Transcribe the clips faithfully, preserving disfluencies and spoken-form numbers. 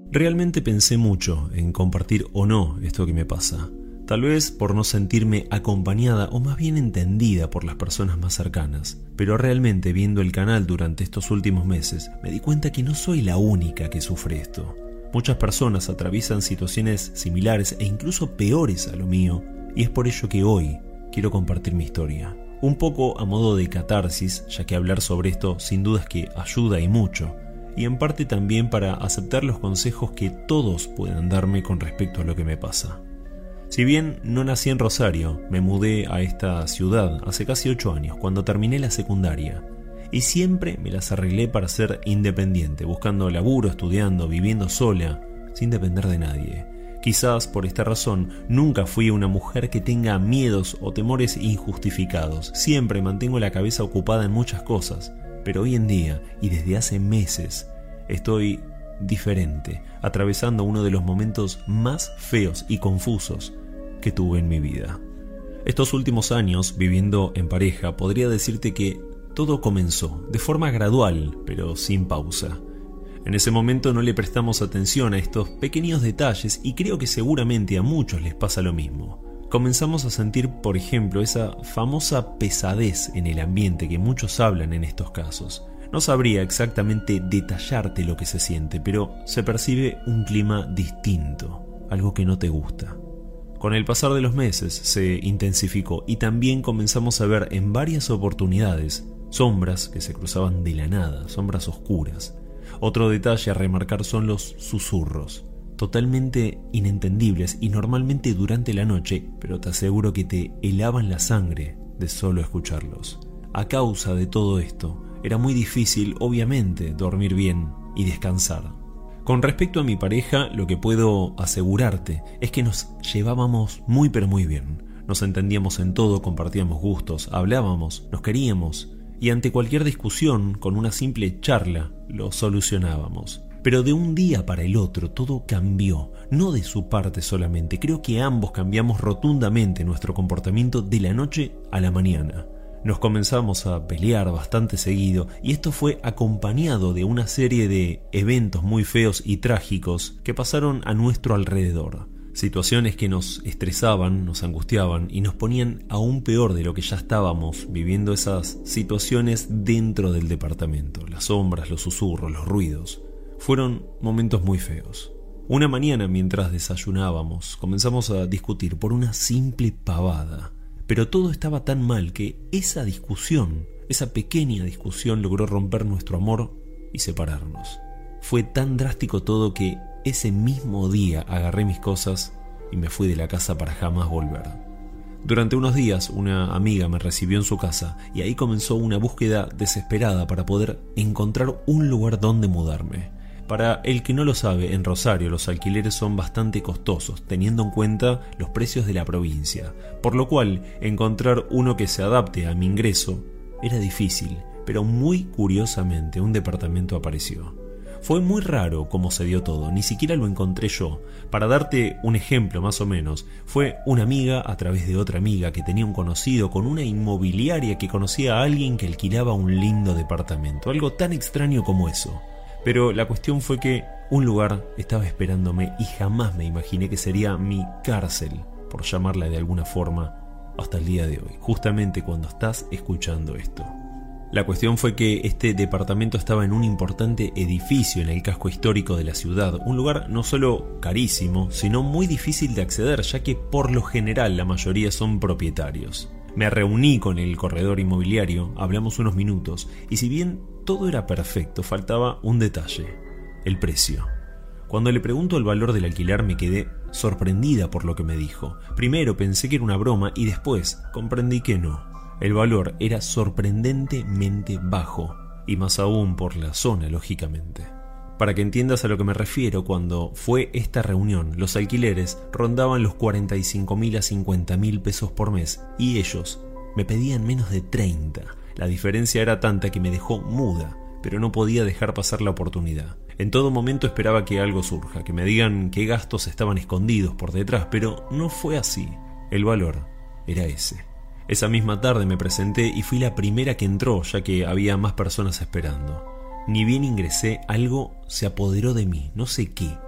Realmente pensé mucho en compartir o no esto que me pasa. Tal vez por no sentirme acompañada o más bien entendida por las personas más cercanas. Pero realmente viendo el canal durante estos últimos meses, me di cuenta que no soy la única que sufre esto. Muchas personas atraviesan situaciones similares e incluso peores a lo mío, y es por ello que hoy quiero compartir mi historia. Un poco a modo de catarsis, ya que hablar sobre esto sin dudas que ayuda y mucho, y en parte también para aceptar los consejos que todos puedan darme con respecto a lo que me pasa. Si bien no nací en Rosario, me mudé a esta ciudad hace casi ocho años, cuando terminé la secundaria, y siempre me las arreglé para ser independiente, buscando laburo, estudiando, viviendo sola, sin depender de nadie. Quizás por esta razón nunca fui una mujer que tenga miedos o temores injustificados. Siempre mantengo la cabeza ocupada en muchas cosas, pero hoy en día, y desde hace meses, estoy diferente, atravesando uno de los momentos más feos y confusos que tuve en mi vida. Estos últimos años, viviendo en pareja, podría decirte que todo comenzó de forma gradual, pero sin pausa. En ese momento no le prestamos atención a estos pequeños detalles y creo que seguramente a muchos les pasa lo mismo. Comenzamos a sentir, por ejemplo, esa famosa pesadez en el ambiente que muchos hablan en estos casos. No sabría exactamente detallarte lo que se siente, pero se percibe un clima distinto, algo que no te gusta. Con el pasar de los meses se intensificó y también comenzamos a ver en varias oportunidades sombras que se cruzaban de la nada, sombras oscuras. Otro detalle a remarcar son los susurros, totalmente inentendibles y normalmente durante la noche, pero te aseguro que te helaban la sangre de solo escucharlos. A causa de todo esto, era muy difícil, obviamente, dormir bien y descansar. Con respecto a mi pareja, lo que puedo asegurarte es que nos llevábamos muy pero muy bien. Nos entendíamos en todo, compartíamos gustos, hablábamos, nos queríamos y ante cualquier discusión, con una simple charla, lo solucionábamos. Pero de un día para el otro todo cambió, no de su parte solamente. Creo que ambos cambiamos rotundamente nuestro comportamiento de la noche a la mañana. Nos comenzamos a pelear bastante seguido y esto fue acompañado de una serie de eventos muy feos y trágicos que pasaron a nuestro alrededor. Situaciones que nos estresaban, nos angustiaban y nos ponían aún peor de lo que ya estábamos, viviendo esas situaciones dentro del departamento. Las sombras, los susurros, los ruidos. Fueron momentos muy feos. Una mañana mientras desayunábamos comenzamos a discutir por una simple pavada. Pero todo estaba tan mal que esa discusión, esa pequeña discusión logró romper nuestro amor y separarnos. Fue tan drástico todo que ese mismo día agarré mis cosas y me fui de la casa para jamás volver. Durante unos días una amiga me recibió en su casa y ahí comenzó una búsqueda desesperada para poder encontrar un lugar donde mudarme. Para el que no lo sabe, en Rosario los alquileres son bastante costosos, teniendo en cuenta los precios de la provincia, por lo cual encontrar uno que se adapte a mi ingreso era difícil, pero muy curiosamente un departamento apareció. Fue muy raro cómo se dio todo, ni siquiera lo encontré yo. Para darte un ejemplo más o menos, fue una amiga a través de otra amiga que tenía un conocido con una inmobiliaria que conocía a alguien que alquilaba un lindo departamento, algo tan extraño como eso. Pero la cuestión fue que un lugar estaba esperándome y jamás me imaginé que sería mi cárcel, por llamarla de alguna forma, hasta el día de hoy, justamente cuando estás escuchando esto. La cuestión fue que este departamento estaba en un importante edificio en el casco histórico de la ciudad, un lugar no solo carísimo, sino muy difícil de acceder, ya que por lo general la mayoría son propietarios. Me reuní con el corredor inmobiliario, hablamos unos minutos, y si bien todo era perfecto, faltaba un detalle: el precio. Cuando le pregunto el valor del alquiler me quedé sorprendida por lo que me dijo. Primero pensé que era una broma y después comprendí que no. El valor era sorprendentemente bajo, y más aún por la zona, lógicamente. Para que entiendas a lo que me refiero, cuando fue esta reunión, los alquileres rondaban los cuarenta y cinco mil a cincuenta mil pesos por mes, y ellos me pedían menos de treinta. La diferencia era tanta que me dejó muda, pero no podía dejar pasar la oportunidad. En todo momento esperaba que algo surja, que me digan qué gastos estaban escondidos por detrás, pero no fue así. El valor era ese. Esa misma tarde me presenté y fui la primera que entró, ya que había más personas esperando. Ni bien ingresé, algo se apoderó de mí, no sé qué.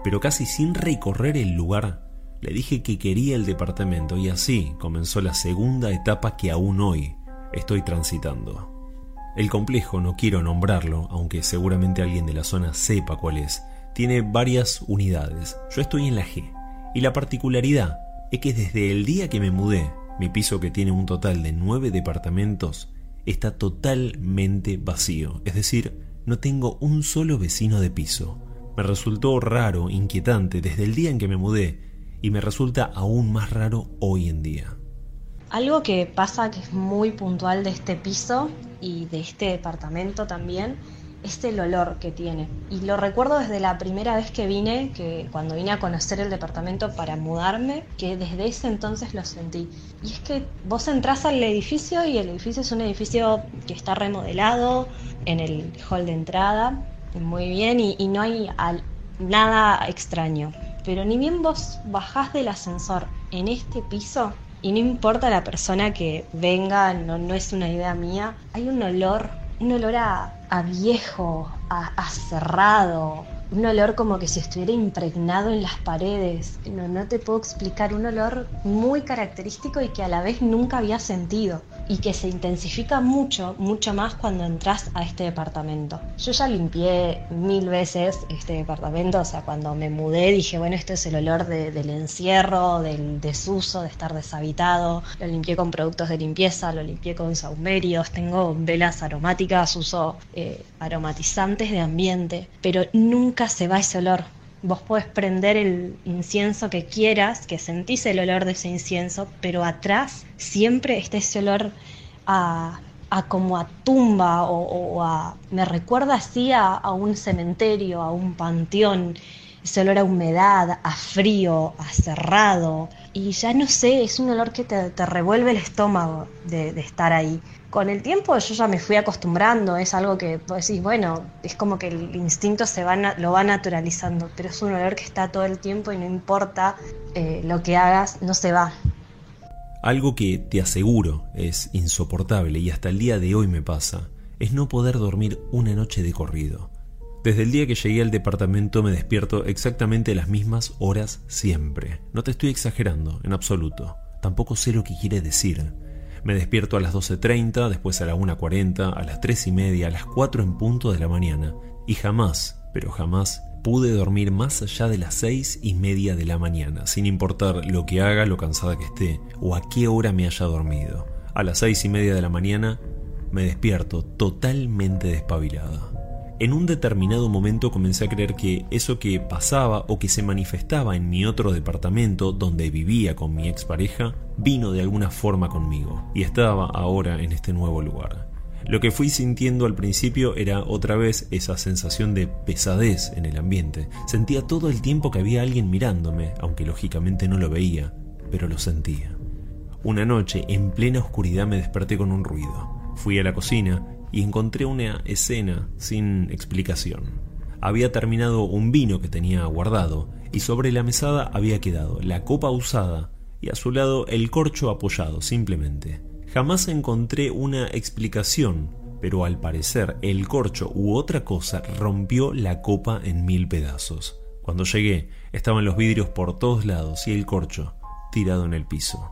pero casi sin recorrer el lugar, le dije que quería el departamento y así comenzó la segunda etapa que aún hoy estoy transitando. El complejo, no quiero nombrarlo, aunque seguramente alguien de la zona sepa cuál es, tiene varias unidades. Yo estoy en la G, y la particularidad es que desde el día que me mudé, mi piso, que tiene un total de nueve departamentos, está totalmente vacío, es decir, no tengo un solo vecino de piso. Me resultó raro, inquietante desde el día en que me mudé, y me resulta aún más raro hoy en día. Algo que pasa que es muy puntual de este piso y de este departamento también es el olor que tiene. Y lo recuerdo desde la primera vez que vine, que cuando vine a conocer el departamento para mudarme, que desde ese entonces lo sentí. Y es que vos entrás al edificio y el edificio es un edificio que está remodelado en el hall de entrada, muy bien, y, y no hay al, nada extraño. Pero ni bien vos bajás del ascensor en este piso, y no importa la persona que venga, no, no es una idea mía, hay un olor, un olor a, a viejo, a, a cerrado, un olor como que si estuviera impregnado en las paredes. No, no te puedo explicar, un olor muy característico y que a la vez nunca había sentido, y que se intensifica mucho, mucho más cuando entras a este departamento. Yo ya limpié mil veces este departamento, o sea, cuando me mudé dije, bueno, este es el olor de, del encierro, del desuso, de estar deshabitado. Lo limpié con productos de limpieza, lo limpié con saumerios, tengo velas aromáticas, uso eh, aromatizantes de ambiente, pero nunca se va ese olor. Vos podés prender el incienso que quieras, que sentís el olor de ese incienso, pero atrás siempre está ese olor a, a como a tumba o, o a... Me recuerda así a, a un cementerio, a un panteón. Ese olor a humedad, a frío, a cerrado. Y ya no sé, es un olor que te, te revuelve el estómago de, de estar ahí. Con el tiempo yo ya me fui acostumbrando, es algo que vos decís, bueno, es como que el instinto se va, lo va naturalizando, pero es un olor que está todo el tiempo y no importa eh, lo que hagas, no se va. Algo que te aseguro es insoportable y hasta el día de hoy me pasa, es no poder dormir una noche de corrido. Desde el día que llegué al departamento me despierto exactamente a las mismas horas siempre. No te estoy exagerando, en absoluto. Tampoco sé lo que quiere decir. Me despierto a las doce treinta, después a la una cuarenta, a las tres y media, a las cuatro en punto de la mañana. Y jamás, pero jamás, pude dormir más allá de las seis y media de la mañana, sin importar lo que haga, lo cansada que esté, o a qué hora me haya dormido. A las seis y media de la mañana me despierto totalmente despabilada. En un determinado momento comencé a creer que eso que pasaba o que se manifestaba en mi otro departamento donde vivía con mi expareja vino de alguna forma conmigo y estaba ahora en este nuevo lugar. Lo que fui sintiendo al principio era otra vez esa sensación de pesadez en el ambiente. Sentía todo el tiempo que había alguien mirándome, aunque lógicamente no lo veía, pero lo sentía. Una noche, en plena oscuridad, me desperté con un ruido. Fui a la cocina y encontré una escena sin explicación. Había terminado un vino que tenía guardado y sobre la mesada había quedado la copa usada y a su lado el corcho apoyado simplemente. Jamás encontré una explicación, pero al parecer el corcho u otra cosa rompió la copa en mil pedazos. Cuando llegué estaban los vidrios por todos lados y el corcho tirado en el piso.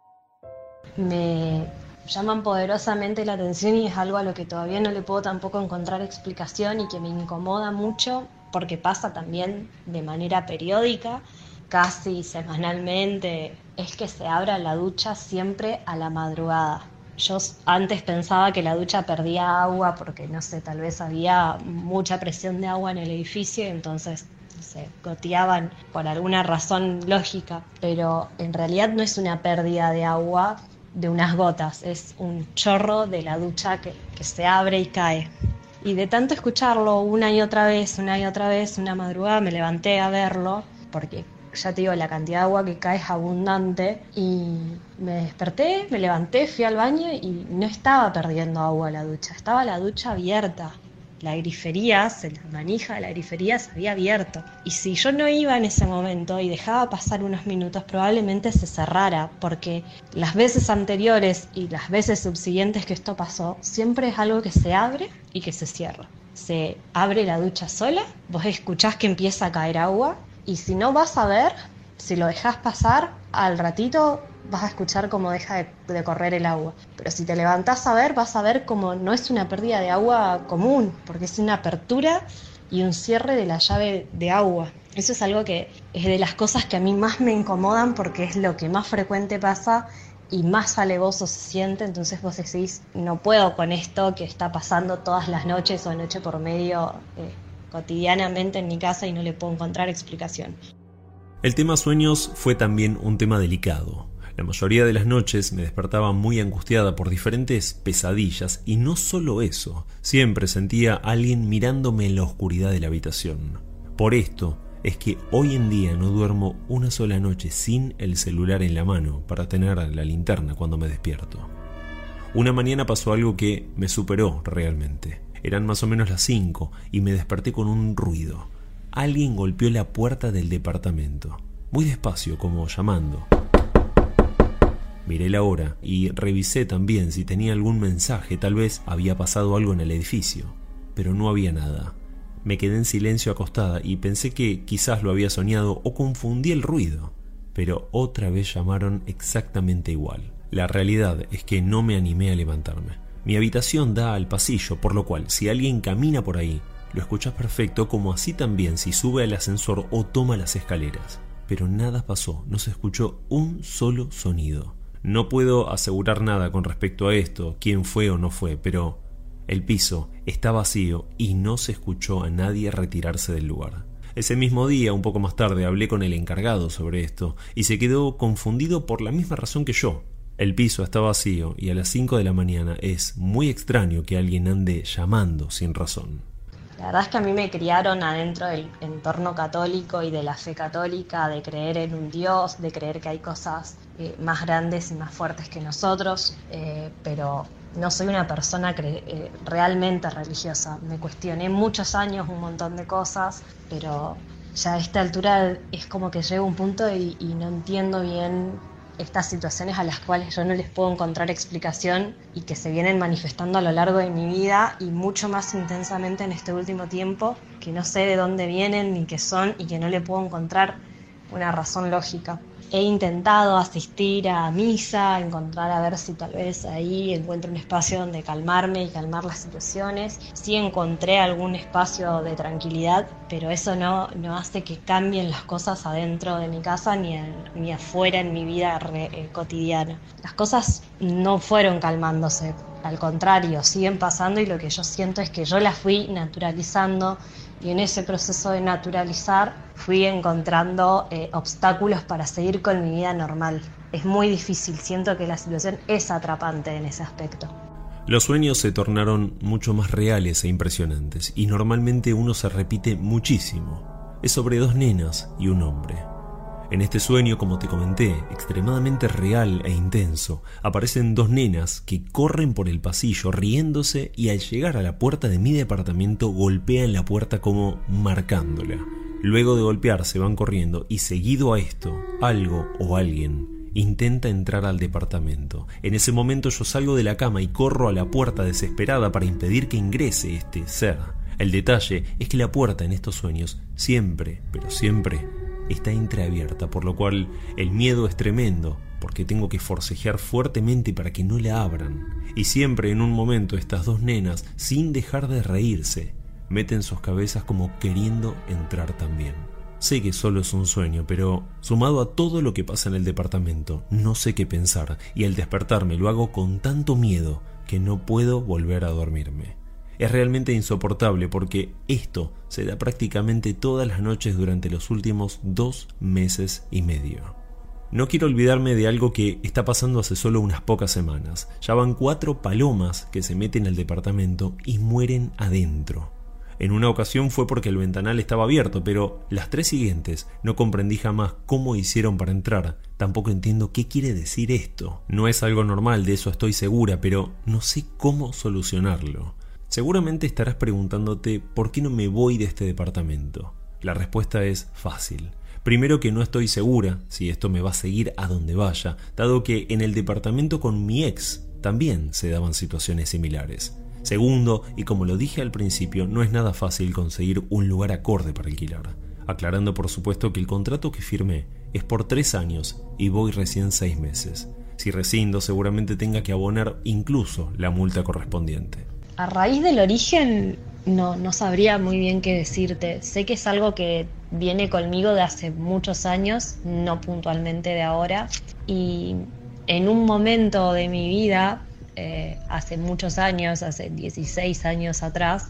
Me llaman poderosamente la atención y es algo a lo que todavía no le puedo tampoco encontrar explicación y que me incomoda mucho porque pasa también de manera periódica, casi semanalmente, es que se abra la ducha siempre a la madrugada. Yo antes pensaba que la ducha perdía agua porque, no sé, tal vez había mucha presión de agua en el edificio y entonces se goteaban por alguna razón lógica, pero en realidad no es una pérdida de agua de unas gotas, es un chorro de la ducha que, que se abre y cae. Y de tanto escucharlo una y otra vez, una y otra vez, una madrugada me levanté a verlo, porque ya te digo, la cantidad de agua que cae es abundante, y me desperté, me levanté, fui al baño y no estaba perdiendo agua la ducha, estaba la ducha abierta. La grifería, la manija de la grifería se había abierto. Y si yo no iba en ese momento y dejaba pasar unos minutos, probablemente se cerrara, porque las veces anteriores y las veces subsiguientes que esto pasó, siempre es algo que se abre y que se cierra. Se abre la ducha sola, vos escuchás que empieza a caer agua Y si no vas a ver, si lo dejas pasar, al ratito vas a escuchar cómo deja de, de correr el agua. Pero si te levantás a ver, vas a ver cómo no es una pérdida de agua común, porque es una apertura y un cierre de la llave de agua. Eso es algo que es de las cosas que a mí más me incomodan, porque es lo que más frecuente pasa y más alevoso se siente. Entonces vos decís, no puedo con esto que está pasando todas las noches o noche por medio eh, cotidianamente en mi casa, y no le puedo encontrar explicación. El tema sueños fue también un tema delicado. La mayoría de las noches me despertaba muy angustiada por diferentes pesadillas, y no solo eso, siempre sentía a alguien mirándome en la oscuridad de la habitación. Por esto es que hoy en día no duermo una sola noche sin el celular en la mano para tener la linterna cuando me despierto. Una mañana pasó algo que me superó realmente. Eran más o menos las cinco y me desperté con un ruido. Alguien golpeó la puerta del departamento, muy despacio, como llamando. Miré la hora y revisé también si tenía algún mensaje. Tal vez había pasado algo en el edificio, pero no había nada. Me quedé en silencio acostada y pensé que quizás lo había soñado o confundí el ruido, pero otra vez llamaron exactamente igual. La realidad es que no me animé a levantarme. Mi habitación da al pasillo, por lo cual si alguien camina por ahí, lo escuchas perfecto, como así también si sube al ascensor o toma las escaleras. Pero nada pasó, no se escuchó un solo sonido. No puedo asegurar nada con respecto a esto, quién fue o no fue, pero el piso está vacío y no se escuchó a nadie retirarse del lugar. Ese mismo día, un poco más tarde, hablé con el encargado sobre esto y se quedó confundido por la misma razón que yo. El piso está vacío y a las cinco de la mañana es muy extraño que alguien ande llamando sin razón. La verdad es que a mí me criaron adentro del entorno católico y de la fe católica, de creer en un Dios, de creer que hay cosas eh, más grandes y más fuertes que nosotros, eh, pero no soy una persona cre- eh, realmente religiosa. Me cuestioné muchos años un montón de cosas, pero ya a esta altura es como que llego a un punto y, y no entiendo bien estas situaciones a las cuales yo no les puedo encontrar explicación y que se vienen manifestando a lo largo de mi vida y mucho más intensamente en este último tiempo, que no sé de dónde vienen ni qué son y que no le puedo encontrar una razón lógica. He intentado asistir a misa, encontrar a ver si tal vez ahí encuentro un espacio donde calmarme y calmar las situaciones. Sí encontré algún espacio de tranquilidad, pero eso no, no hace que cambien las cosas adentro de mi casa ni, en, ni afuera en mi vida re, eh, cotidiana. Las cosas no fueron calmándose, al contrario, siguen pasando, y lo que yo siento es que yo las fui naturalizando. Y en ese proceso de naturalizar fui encontrando eh, obstáculos para seguir con mi vida normal. Es muy difícil, siento que la situación es atrapante en ese aspecto. Los sueños se tornaron mucho más reales e impresionantes, y normalmente uno se repite muchísimo. Es sobre dos nenas y un hombre. En este sueño, como te comenté, extremadamente real e intenso, aparecen dos nenas que corren por el pasillo riéndose y al llegar a la puerta de mi departamento golpean la puerta como marcándola. Luego de golpear se van corriendo y seguido a esto, algo o alguien intenta entrar al departamento. En ese momento yo salgo de la cama y corro a la puerta desesperada para impedir que ingrese este ser. El detalle es que la puerta en estos sueños siempre, pero siempre, está entreabierta, por lo cual el miedo es tremendo, porque tengo que forcejear fuertemente para que no la abran. Y siempre en un momento estas dos nenas, sin dejar de reírse, meten sus cabezas como queriendo entrar también. Sé que solo es un sueño, pero sumado a todo lo que pasa en el departamento, no sé qué pensar, y al despertarme lo hago con tanto miedo que no puedo volver a dormirme. Es realmente insoportable porque esto se da prácticamente todas las noches durante los últimos dos meses y medio. No quiero olvidarme de algo que está pasando hace solo unas pocas semanas. Ya van cuatro palomas que se meten al departamento y mueren adentro. En una ocasión fue porque el ventanal estaba abierto, pero las tres siguientes no comprendí jamás cómo hicieron para entrar. Tampoco entiendo qué quiere decir esto. No es algo normal, de eso estoy segura, pero no sé cómo solucionarlo. Seguramente estarás preguntándote por qué no me voy de este departamento. La respuesta es fácil. Primero, que no estoy segura si esto me va a seguir a donde vaya, dado que en el departamento con mi ex también se daban situaciones similares. Segundo, y como lo dije al principio, no es nada fácil conseguir un lugar acorde para alquilar. aclarando por supuesto que el contrato que firmé es por tres años y voy recién seis meses. Si rescindo, seguramente tenga que abonar incluso la multa correspondiente. A raíz del origen, no, no sabría muy bien qué decirte. Sé que es algo que viene conmigo de hace muchos años, no puntualmente de ahora. Y en un momento de mi vida, eh, hace muchos años, hace dieciséis años atrás,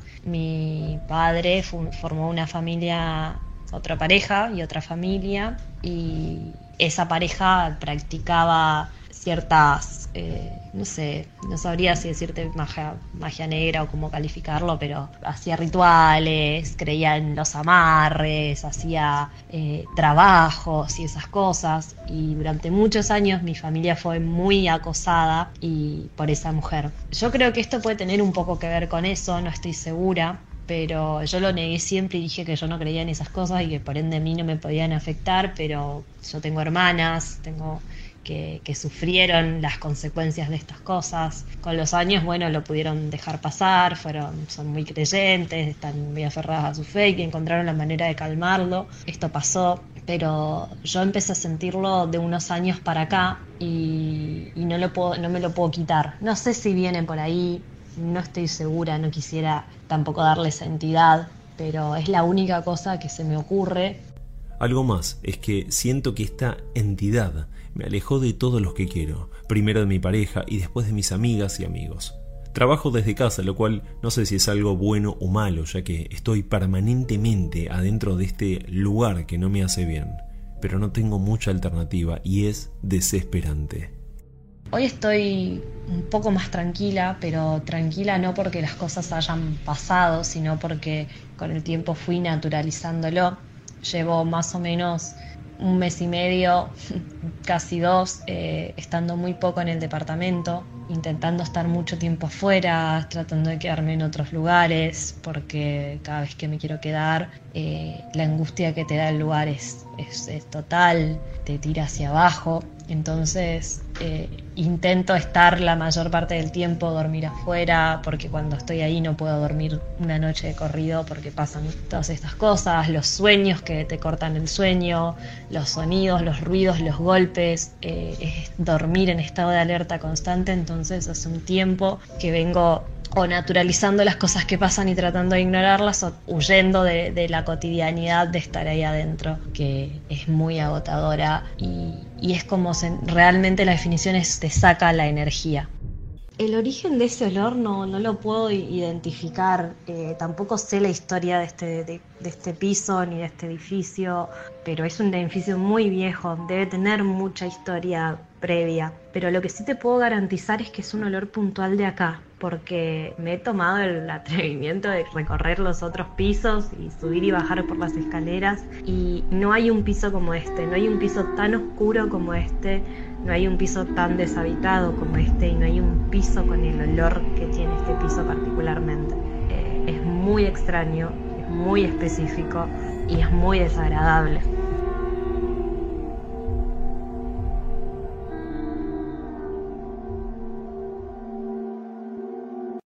mi padre fu- formó una familia, otra pareja y otra familia. Y esa pareja practicaba ciertas, eh, no sé, no sabría si decirte magia, magia negra o cómo calificarlo, pero hacía rituales, creía en los amarres, hacía eh, trabajos y esas cosas. Y durante muchos años mi familia fue muy acosada y por esa mujer. Yo creo que esto puede tener un poco que ver con eso, no estoy segura. Pero yo lo negué siempre y dije que yo no creía en esas cosas y que por ende a mí no me podían afectar, pero yo tengo hermanas, tengo que, que sufrieron las consecuencias de estas cosas. Con los años, bueno, lo pudieron dejar pasar, fueron, son muy creyentes, están muy aferradas a su fe y encontraron la manera de calmarlo. Esto pasó, pero yo empecé a sentirlo de unos años para acá y, y no, lo puedo, no me lo puedo quitar. No sé si viene por ahí. No estoy segura, no quisiera tampoco darles entidad, pero es la única cosa que se me ocurre. Algo más es que siento que esta entidad me alejó de todos los que quiero, primero de mi pareja y después de mis amigas y amigos. Trabajo desde casa, lo cual no sé si es algo bueno o malo, ya que estoy permanentemente adentro de este lugar que no me hace bien, pero no tengo mucha alternativa y es desesperante. Hoy estoy un poco más tranquila, pero tranquila no porque las cosas hayan pasado, sino porque con el tiempo fui naturalizándolo. Llevo más o menos un mes y medio, casi dos, eh, estando muy poco en el departamento, intentando estar mucho tiempo afuera, tratando de quedarme en otros lugares, porque cada vez que me quiero quedar, eh, la angustia que te da el lugar es, es, es total, te tira hacia abajo. Entonces eh, intento estar la mayor parte del tiempo, dormir afuera, porque cuando estoy ahí no puedo dormir una noche de corrido porque pasan todas estas cosas, los sueños que te cortan el sueño, los sonidos, los ruidos, los golpes, eh, es dormir en estado de alerta constante. Entonces hace un tiempo que vengo o naturalizando las cosas que pasan y tratando de ignorarlas, o huyendo de, de la cotidianidad de estar ahí adentro, que es muy agotadora y, y es como se, realmente la definición es te saca la energía. El origen de ese olor no, no lo puedo identificar, eh, tampoco sé la historia de este, de, de este piso ni de este edificio, pero es un edificio muy viejo, debe tener mucha historia previa, pero lo que sí te puedo garantizar es que es un olor puntual de acá, porque me he tomado el atrevimiento de recorrer los otros pisos y subir y bajar por las escaleras y no hay un piso como este, no hay un piso tan oscuro como este, no hay un piso tan deshabitado como este y no hay un piso con el olor que tiene este piso particularmente. Eh, es muy extraño, es muy específico y es muy desagradable.